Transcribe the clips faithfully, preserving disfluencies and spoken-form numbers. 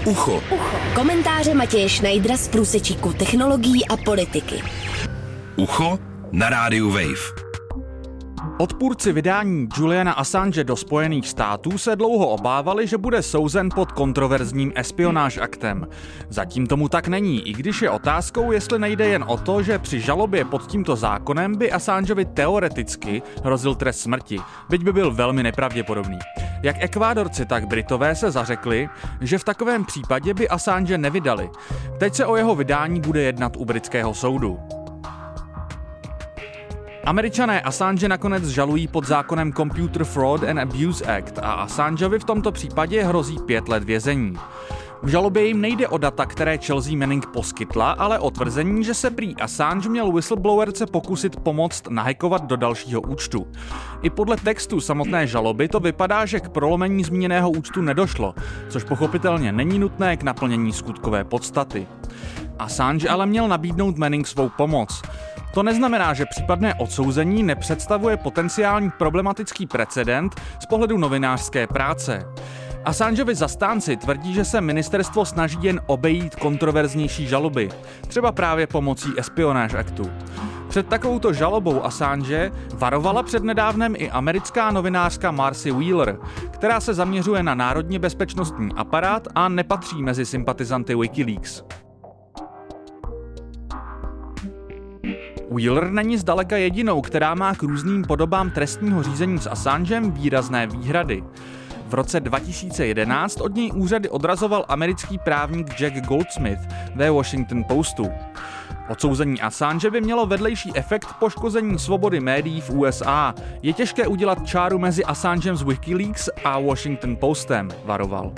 Ucho. Ucho. Komentáře Matěje Schneidera z průsečíku technologií a politiky. Ucho na rádiu Wave. Odpůrci vydání Juliana Assange do Spojených států se dlouho obávali, že bude souzen pod kontroverzním espionáž aktem. Zatím tomu tak není, i když je otázkou, jestli nejde jen o to, že při žalobě pod tímto zákonem by Assangeovi teoreticky hrozil trest smrti, byť by byl velmi nepravděpodobný. Jak Ekvádorci, tak Britové se zařekli, že v takovém případě by Assange nevydali. Teď se o jeho vydání bude jednat u britského soudu. Američané Assange nakonec žalují pod zákonem Computer Fraud and Abuse Act a Assangeovi v tomto případě hrozí pět let vězení. V žalobě jim nejde o data, které Chelsea Manning poskytla, ale o tvrzení, že se prý Assange měl whistleblowerce pokusit pomoct nahackovat do dalšího účtu. I podle textu samotné žaloby to vypadá, že k prolomení zmíněného účtu nedošlo, což pochopitelně není nutné k naplnění skutkové podstaty. Assange ale měl nabídnout Manning svou pomoc. To neznamená, že případné odsouzení nepředstavuje potenciální problematický precedent z pohledu novinářské práce. Assangeovi zastánci tvrdí, že se ministerstvo snaží jen obejít kontroverznější žaloby, třeba právě pomocí espionáž aktu. Před takovouto žalobou Assange varovala přednedávnem i americká novinářka Marcy Wheeler, která se zaměřuje na národně bezpečnostní aparát a nepatří mezi sympatizanty Wikileaks. Wheeler není zdaleka jedinou, která má k různým podobám trestního řízení s Assangem výrazné výhrady. V roce dva tisíce jedenáct od něj úřady odrazoval americký právník Jack Goldsmith ve Washington Postu. Odsouzení Assange by mělo vedlejší efekt poškození svobody médií v U S A. Je těžké udělat čáru mezi Assangem z Wikileaks a Washington Postem, varoval.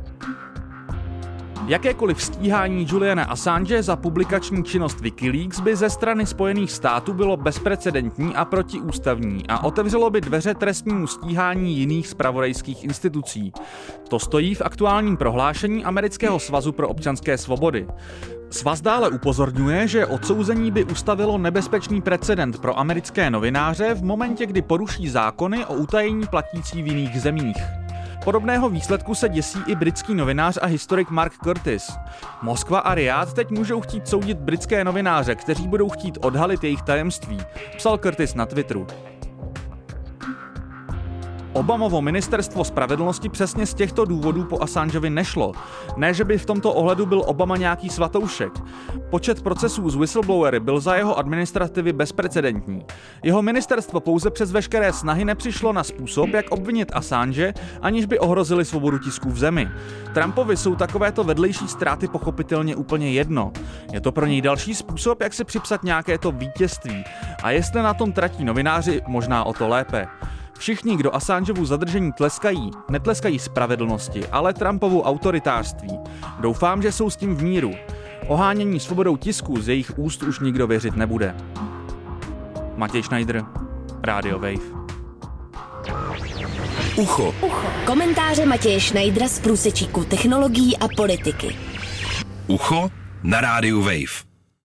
Jakékoliv stíhání Juliana Assange za publikační činnost Wikileaks by ze strany Spojených států bylo bezprecedentní a protiústavní a otevřelo by dveře trestnímu stíhání jiných zpravodajských institucí. To stojí v aktuálním prohlášení Amerického svazu pro občanské svobody. Svaz dále upozorňuje, že odsouzení by ustavilo nebezpečný precedent pro americké novináře v momentě, kdy poruší zákony o utajení platící v jiných zemích. Podobného výsledku se děsí i britský novinář a historik Mark Curtis. Moskva a Riad teď můžou chtít soudit britské novináře, kteří budou chtít odhalit jejich tajemství, psal Curtis na Twitteru. Obamovo ministerstvo spravedlnosti přesně z těchto důvodů po Assangeovi nešlo. Ne, že by v tomto ohledu byl Obama nějaký svatoušek. Počet procesů s whistleblowery byl za jeho administrativy bezprecedentní. Jeho ministerstvo pouze přes veškeré snahy nepřišlo na způsob, jak obvinit Assange, aniž by ohrozili svobodu tisku v zemi. Trumpovi jsou takovéto vedlejší ztráty pochopitelně úplně jedno. Je to pro něj další způsob, jak si připsat nějakéto vítězství. A jestli na tom tratí novináři, možná o to lépe. Všichni, kdo Assangeovu zadržení tleskají, netleskají spravedlnosti, ale Trumpovu autoritářství. Doufám, že jsou s tím v míru. Ohánění svobodou tisku z jejich úst už nikdo věřit nebude. Matěj Schneider, Radio Wave. Ucho. Ucho. Komentáře Matěje Schneidera z průsečíku technologií a politiky. Ucho na rádiu Wave.